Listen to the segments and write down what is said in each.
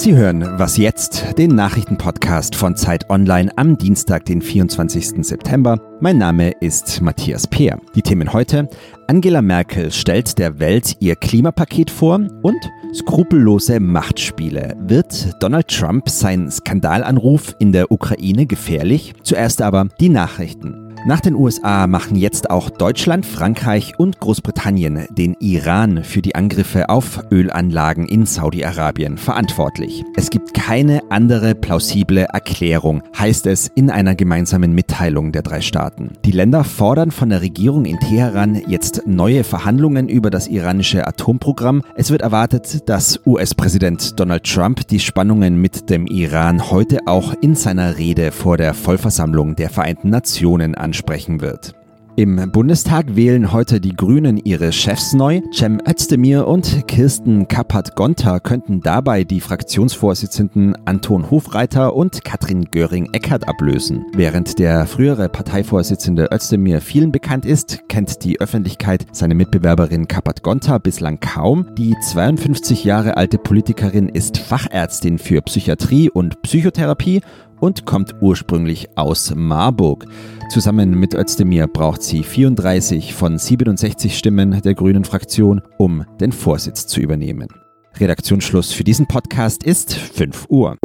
Sie hören Was jetzt?, den Nachrichtenpodcast von Zeit Online am Dienstag, den 24. September. Mein Name ist Matthias Peer. Die Themen heute: Angela Merkel stellt der Welt ihr Klimapaket vor und skrupellose Machtspiele. Wird Donald Trump sein Skandalanruf in der Ukraine gefährlich? Zuerst aber die Nachrichten. Nach den USA machen jetzt auch Deutschland, Frankreich und Großbritannien den Iran für die Angriffe auf Ölanlagen in Saudi-Arabien verantwortlich. Es gibt keine andere plausible Erklärung, heißt es in einer gemeinsamen Mitteilung der drei Staaten. Die Länder fordern von der Regierung in Teheran jetzt neue Verhandlungen über das iranische Atomprogramm. Es wird erwartet, dass US-Präsident Donald Trump die Spannungen mit dem Iran heute auch in seiner Rede vor der Vollversammlung der Vereinten Nationen ansprechen wird. Im Bundestag wählen heute die Grünen ihre Chefs neu. Cem Özdemir und Kirsten Kappert-Gonter könnten dabei die Fraktionsvorsitzenden Anton Hofreiter und Katrin Göring-Eckardt ablösen. Während der frühere Parteivorsitzende Özdemir vielen bekannt ist, kennt die Öffentlichkeit seine Mitbewerberin Kappert-Gonter bislang kaum. Die 52 Jahre alte Politikerin ist Fachärztin für Psychiatrie und Psychotherapie und kommt ursprünglich aus Marburg. Zusammen mit Özdemir braucht sie 34 von 67 Stimmen der Grünen-Fraktion, um den Vorsitz zu übernehmen. Redaktionsschluss für diesen Podcast ist 5 Uhr.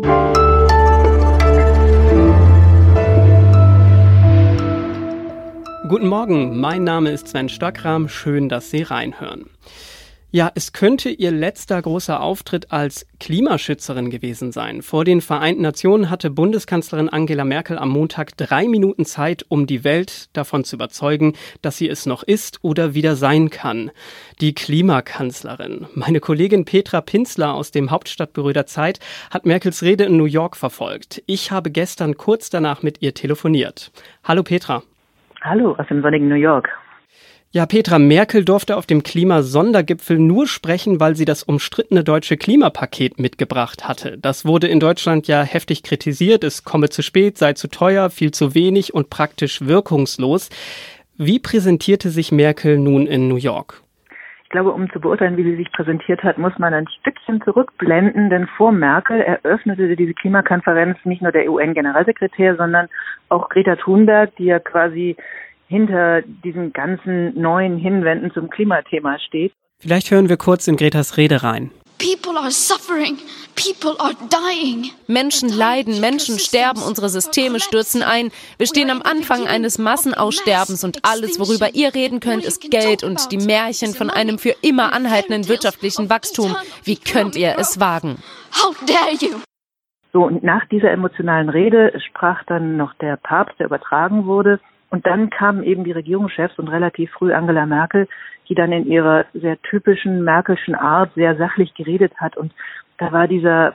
Guten Morgen, mein Name ist Sven Stockram. Schön, dass Sie reinhören. Ja, es könnte ihr letzter großer Auftritt als Klimaschützerin gewesen sein. Vor den Vereinten Nationen hatte Bundeskanzlerin Angela Merkel am Montag 3 Minuten Zeit, um die Welt davon zu überzeugen, dass sie es noch ist oder wieder sein kann. Die Klimakanzlerin. Meine Kollegin Petra Pinzler aus dem Hauptstadtbüro der Zeit hat Merkels Rede in New York verfolgt. Ich habe gestern kurz danach mit ihr telefoniert. Hallo Petra. Hallo, aus dem sonnigen New York. Ja, Petra, Merkel durfte auf dem Klimasondergipfel nur sprechen, weil sie das umstrittene deutsche Klimapaket mitgebracht hatte. Das wurde in Deutschland ja heftig kritisiert. Es komme zu spät, sei zu teuer, viel zu wenig und praktisch wirkungslos. Wie präsentierte sich Merkel nun in New York? Ich glaube, um zu beurteilen, wie sie sich präsentiert hat, muss man ein Stückchen zurückblenden, denn vor Merkel eröffnete diese Klimakonferenz nicht nur der UN-Generalsekretär, sondern auch Greta Thunberg, die ja quasi hinter diesen ganzen neuen Hinwenden zum Klimathema steht. Vielleicht hören wir kurz in Gretas Rede rein. People are suffering. People are dying. Menschen leiden, Menschen sterben, unsere Systeme stürzen ein. Wir stehen am Anfang eines Massenaussterbens und alles, worüber ihr reden könnt, ist Geld und die Märchen von einem für immer anhaltenden wirtschaftlichen Wachstum. Wie könnt ihr es wagen? How dare you? So, und nach dieser emotionalen Rede sprach dann noch der Papst, der übertragen wurde. Und dann kamen eben die Regierungschefs und relativ früh Angela Merkel, die dann in ihrer sehr typischen Merkelschen Art sehr sachlich geredet hat. Und da war dieser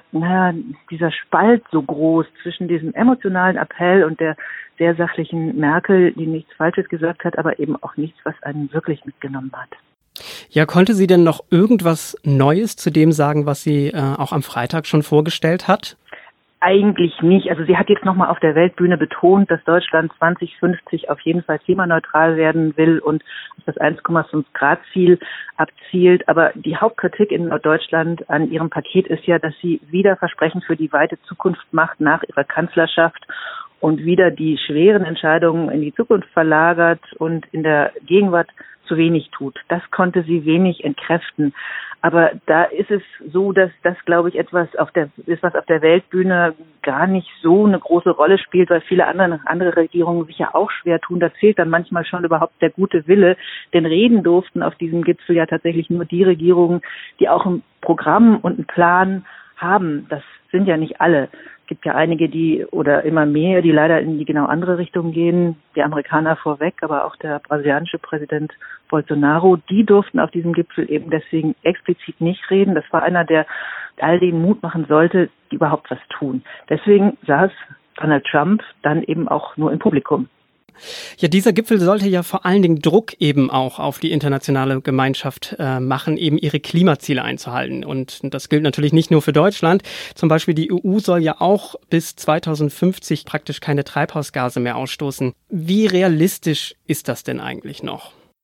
Spalt so groß zwischen diesem emotionalen Appell und der sehr sachlichen Merkel, die nichts Falsches gesagt hat, aber eben auch nichts, was einen wirklich mitgenommen hat. Ja, konnte sie denn noch irgendwas Neues zu dem sagen, was sie auch am Freitag schon vorgestellt hat? Eigentlich nicht. Also sie hat jetzt nochmal auf der Weltbühne betont, dass Deutschland 2050 auf jeden Fall klimaneutral werden will und das 1,5 Grad Ziel abzielt. Aber die Hauptkritik in Norddeutschland an ihrem Paket ist ja, dass sie wieder Versprechen für die weite Zukunft macht nach ihrer Kanzlerschaft und wieder die schweren Entscheidungen in die Zukunft verlagert und in der Gegenwart zu wenig tut. Das konnte sie wenig entkräften. Aber da ist es so, dass das, glaube ich, etwas was auf der Weltbühne gar nicht so eine große Rolle spielt, weil viele andere Regierungen sich ja auch schwer tun. Da fehlt dann manchmal schon überhaupt der gute Wille. Denn reden durften auf diesem Gipfel ja tatsächlich nur die Regierungen, die auch ein Programm und einen Plan haben. Das sind ja nicht alle. Es gibt ja einige, oder immer mehr, die leider in die genau andere Richtung gehen. Die Amerikaner vorweg, aber auch der brasilianische Präsident Bolsonaro, die durften auf diesem Gipfel eben deswegen explizit nicht reden. Das war einer, der all denen Mut machen sollte, die überhaupt was tun. Deswegen saß Donald Trump dann eben auch nur im Publikum. Ja, dieser Gipfel sollte ja vor allen Dingen Druck eben auch auf die internationale Gemeinschaft machen, eben ihre Klimaziele einzuhalten. Und das gilt natürlich nicht nur für Deutschland. Zum Beispiel die EU soll ja auch bis 2050 praktisch keine Treibhausgase mehr ausstoßen. Wie realistisch ist das denn eigentlich noch?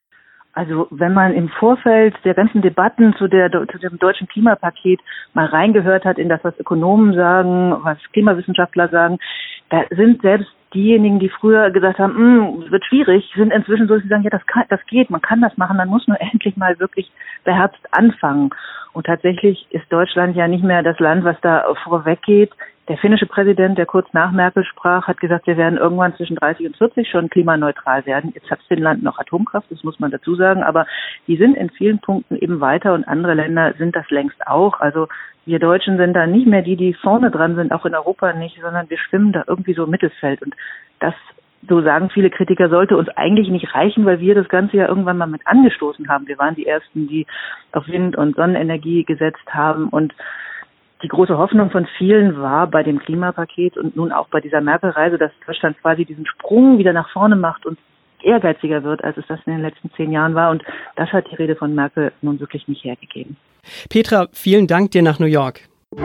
Also wenn man im Vorfeld der ganzen Debatten zu dem deutschen Klimapaket mal reingehört hat in das, was Ökonomen sagen, was Klimawissenschaftler sagen, da sind selbst diejenigen, die früher gesagt haben, es wird schwierig, sind inzwischen so, dass sie sagen, ja, das geht, man kann das machen, man muss nur endlich mal wirklich beherzt anfangen. Und tatsächlich ist Deutschland ja nicht mehr das Land, was da vorweggeht. Der finnische Präsident, der kurz nach Merkel sprach, hat gesagt, wir werden irgendwann zwischen 30 und 40 schon klimaneutral werden. Jetzt hat Finnland noch Atomkraft, das muss man dazu sagen, aber die sind in vielen Punkten eben weiter und andere Länder sind das längst auch. Also wir Deutschen sind da nicht mehr die vorne dran sind, auch in Europa nicht, sondern wir schwimmen da irgendwie so im Mittelfeld. Und das, so sagen viele Kritiker, sollte uns eigentlich nicht reichen, weil wir das Ganze ja irgendwann mal mit angestoßen haben. Wir waren die Ersten, die auf Wind- und Sonnenenergie gesetzt haben. Und die große Hoffnung von vielen war bei dem Klimapaket und nun auch bei dieser Merkel-Reise, dass Deutschland quasi diesen Sprung wieder nach vorne macht und ehrgeiziger wird, als es das in den letzten 10 Jahren war. Und das hat die Rede von Merkel nun wirklich nicht hergegeben. Petra, vielen Dank dir nach New York.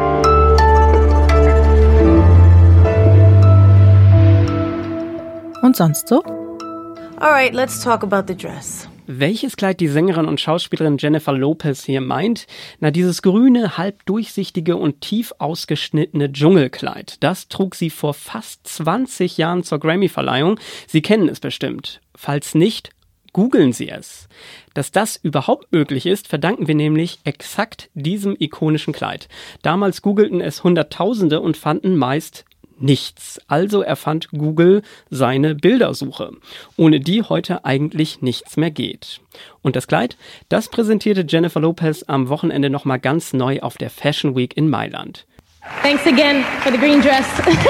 Und sonst so? Alright, let's talk about the dress. Welches Kleid die Sängerin und Schauspielerin Jennifer Lopez hier meint? Na, dieses grüne, halb durchsichtige und tief ausgeschnittene Dschungelkleid. Das trug sie vor fast 20 Jahren zur Grammy-Verleihung. Sie kennen es bestimmt. Falls nicht, googeln Sie es. Dass das überhaupt möglich ist, verdanken wir nämlich exakt diesem ikonischen Kleid. Damals googelten es Hunderttausende und fanden meist nichts. Also erfand Google seine Bildersuche, ohne die heute eigentlich nichts mehr geht. Und das Kleid, das präsentierte Jennifer Lopez am Wochenende nochmal ganz neu auf der Fashion Week in Mailand. Thanks again for the green dress.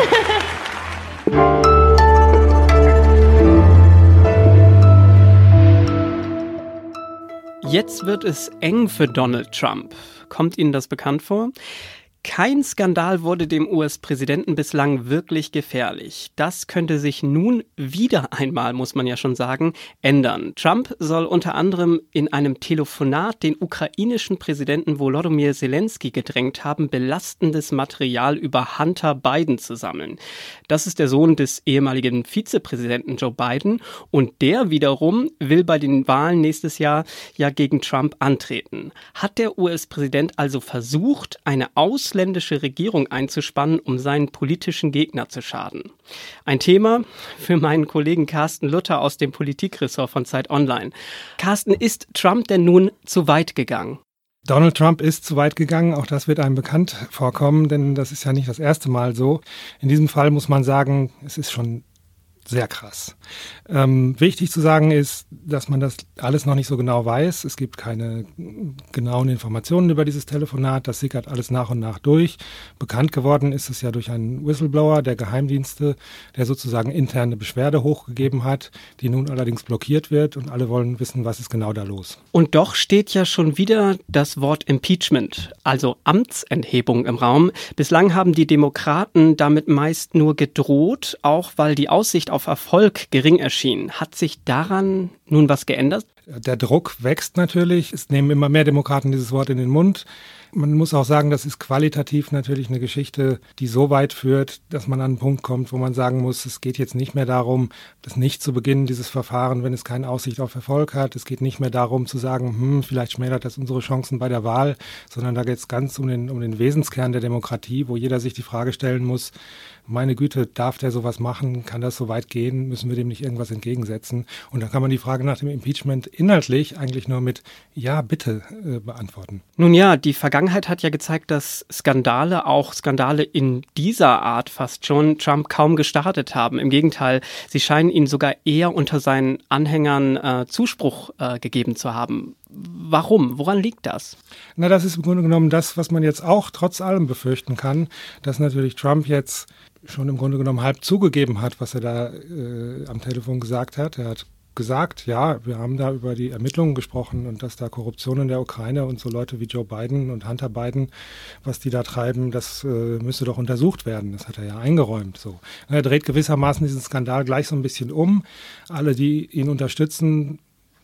Jetzt wird es eng für Donald Trump. Kommt Ihnen das bekannt vor? Kein Skandal wurde dem US-Präsidenten bislang wirklich gefährlich. Das könnte sich nun wieder einmal, muss man ja schon sagen, ändern. Trump soll unter anderem in einem Telefonat den ukrainischen Präsidenten Volodymyr Zelensky gedrängt haben, belastendes Material über Hunter Biden zu sammeln. Das ist der Sohn des ehemaligen Vizepräsidenten Joe Biden und der wiederum will bei den Wahlen nächstes Jahr ja gegen Trump antreten. Hat der US-Präsident also versucht, eine ausländische Regierung einzuspannen, um seinen politischen Gegner zu schaden? Ein Thema für meinen Kollegen Carsten Luther aus dem Politikressort von Zeit Online. Carsten, ist Trump denn nun zu weit gegangen? Donald Trump ist zu weit gegangen, auch das wird einem bekannt vorkommen, denn das ist ja nicht das erste Mal so. In diesem Fall muss man sagen, es ist schon sehr krass. Wichtig zu sagen ist, dass man das alles noch nicht so genau weiß. Es gibt keine genauen Informationen über dieses Telefonat. Das sickert alles nach und nach durch. Bekannt geworden ist es ja durch einen Whistleblower der Geheimdienste, der sozusagen interne Beschwerde hochgegeben hat, die nun allerdings blockiert wird und alle wollen wissen, was ist genau da los. Und doch steht ja schon wieder das Wort Impeachment, also Amtsenthebung im Raum. Bislang haben die Demokraten damit meist nur gedroht, auch weil die Aussicht auf Erfolg gering erschien. Hat sich daran nun was geändert? Der Druck wächst natürlich. Es nehmen immer mehr Demokraten dieses Wort in den Mund. Man muss auch sagen, das ist qualitativ natürlich eine Geschichte, die so weit führt, dass man an einen Punkt kommt, wo man sagen muss, es geht jetzt nicht mehr darum, das nicht zu beginnen, dieses Verfahren, wenn es keine Aussicht auf Erfolg hat. Es geht nicht mehr darum zu sagen, vielleicht schmälert das unsere Chancen bei der Wahl, sondern da geht es ganz um den Wesenskern der Demokratie, wo jeder sich die Frage stellen muss, meine Güte, darf der sowas machen? Kann das so weit gehen? Müssen wir dem nicht irgendwas entgegensetzen? Und dann kann man die Frage nach dem Impeachment inhaltlich eigentlich nur mit Ja, bitte beantworten. Nun ja, die Vergangenheit hat ja gezeigt, dass Skandale, auch Skandale in dieser Art fast schon, Trump kaum gestartet haben. Im Gegenteil, sie scheinen ihn sogar eher unter seinen Anhängern Zuspruch gegeben zu haben. Warum? Woran liegt das? Na, das ist im Grunde genommen das, was man jetzt auch trotz allem befürchten kann, dass natürlich Trump jetzt schon im Grunde genommen halb zugegeben hat, was er da am Telefon gesagt hat. Er hat gesagt, ja, wir haben da über die Ermittlungen gesprochen und dass da Korruption in der Ukraine und so Leute wie Joe Biden und Hunter Biden, was die da treiben, das müsste doch untersucht werden. Das hat er ja eingeräumt. So. Er dreht gewissermaßen diesen Skandal gleich so ein bisschen um. Alle, die ihn unterstützen,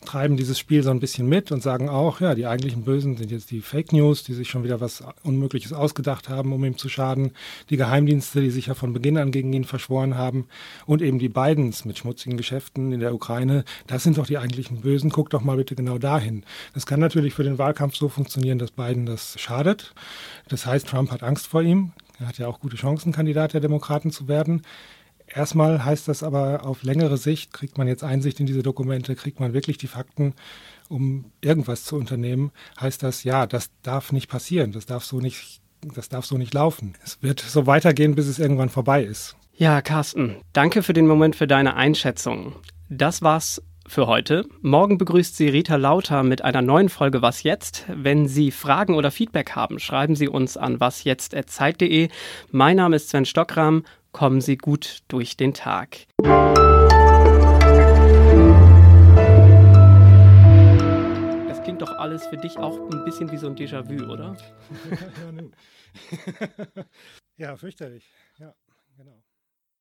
treiben dieses Spiel so ein bisschen mit und sagen auch, ja, die eigentlichen Bösen sind jetzt die Fake News, die sich schon wieder was Unmögliches ausgedacht haben, um ihm zu schaden, die Geheimdienste, die sich ja von Beginn an gegen ihn verschworen haben und eben die Bidens mit schmutzigen Geschäften in der Ukraine, das sind doch die eigentlichen Bösen, guck doch mal bitte genau dahin. Das kann natürlich für den Wahlkampf so funktionieren, dass Biden das schadet. Das heißt, Trump hat Angst vor ihm. Er hat ja auch gute Chancen, Kandidat der Demokraten zu werden. Erstmal heißt das aber auf längere Sicht, kriegt man jetzt Einsicht in diese Dokumente, kriegt man wirklich die Fakten, um irgendwas zu unternehmen, heißt das, ja, das darf nicht passieren, das darf so nicht laufen. Es wird so weitergehen, bis es irgendwann vorbei ist. Ja, Carsten, danke für den Moment, für deine Einschätzung. Das war's für heute. Morgen begrüßt Sie Rita Lauter mit einer neuen Folge Was jetzt? Wenn Sie Fragen oder Feedback haben, schreiben Sie uns an wasjetzt@zeit.de. Mein Name ist Sven Stockram. Kommen Sie gut durch den Tag. Das klingt doch alles für dich auch ein bisschen wie so ein Déjà-vu, oder? Ja, fürchterlich. Ja, genau.